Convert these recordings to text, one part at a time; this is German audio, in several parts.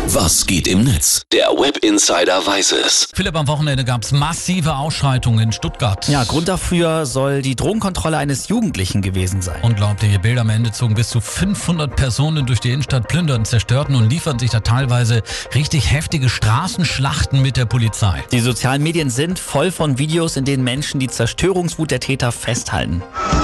Was geht im Netz? Der Web Insider weiß es. Philipp, am Wochenende gab es massive Ausschreitungen in Stuttgart. Ja, Grund dafür soll die Drogenkontrolle eines Jugendlichen gewesen sein. Unglaubliche Bilder. Am Ende zogen bis zu 500 Personen durch die Innenstadt, plünderten, zerstörten und lieferten sich da teilweise richtig heftige Straßenschlachten mit der Polizei. Die sozialen Medien sind voll von Videos, in denen Menschen die Zerstörungswut der Täter festhalten.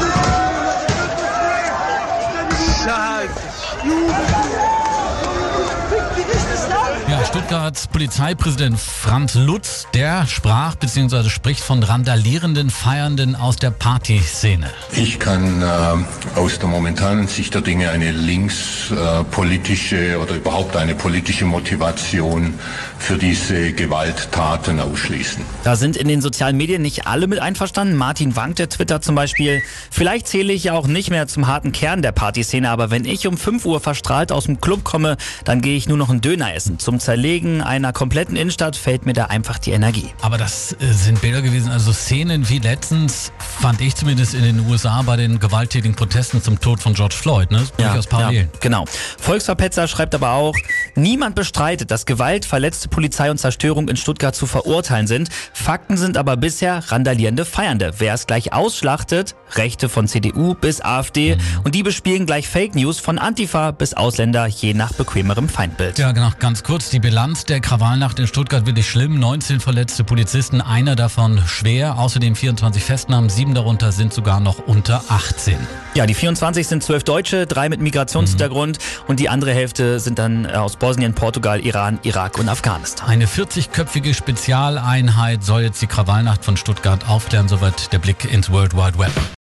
Ja, Stuttgarts Polizeipräsident Franz Lutz, der sprach bzw. spricht von randalierenden Feiernden aus der Partyszene. Ich kann aus der momentanen Sicht der Dinge eine linkspolitische oder überhaupt eine politische Motivation für diese Gewalttaten ausschließen. Da sind in den sozialen Medien nicht alle mit einverstanden. Martin Wank, der twittert zum Beispiel: Vielleicht zähle ich ja auch nicht mehr zum harten Kern der Partyszene, aber wenn ich um 5 Uhr verstrahlt aus dem Club komme, dann gehe ich nur noch einen Döner essen. Zum Zerlegen einer kompletten Innenstadt fällt mir da einfach die Energie. Aber das sind Bilder gewesen, also Szenen wie letztens, fand ich zumindest in den USA bei den gewalttätigen Protesten zum Tod von George Floyd. Ne? Durchaus parallel. Ja, genau. Volksverpetzer schreibt aber auch: Niemand bestreitet, dass Gewalt, verletzte Polizei und Zerstörung in Stuttgart zu verurteilen sind. Fakten sind aber bisher randalierende Feiernde. Wer es gleich ausschlachtet, Rechte von CDU bis AfD, und die bespielen gleich Fake News von Antifa bis Ausländer, je nach bequemerem Feindbild. Ja, genau, ganz kurz, die Bilanz der Krawallnacht in Stuttgart wirklich schlimm. 19 verletzte Polizisten, einer davon schwer. Außerdem 24 Festnahmen, 7 darunter sind sogar noch unter 18. Ja, die 24 sind 12 Deutsche, 3 mit Migrationshintergrund und die andere Hälfte sind dann aus Bosnien, Portugal, Iran, Irak und Afghanistan. Eine 40-köpfige Spezialeinheit soll jetzt die Krawallnacht von Stuttgart aufklären. Soweit der Blick ins World Wide Web.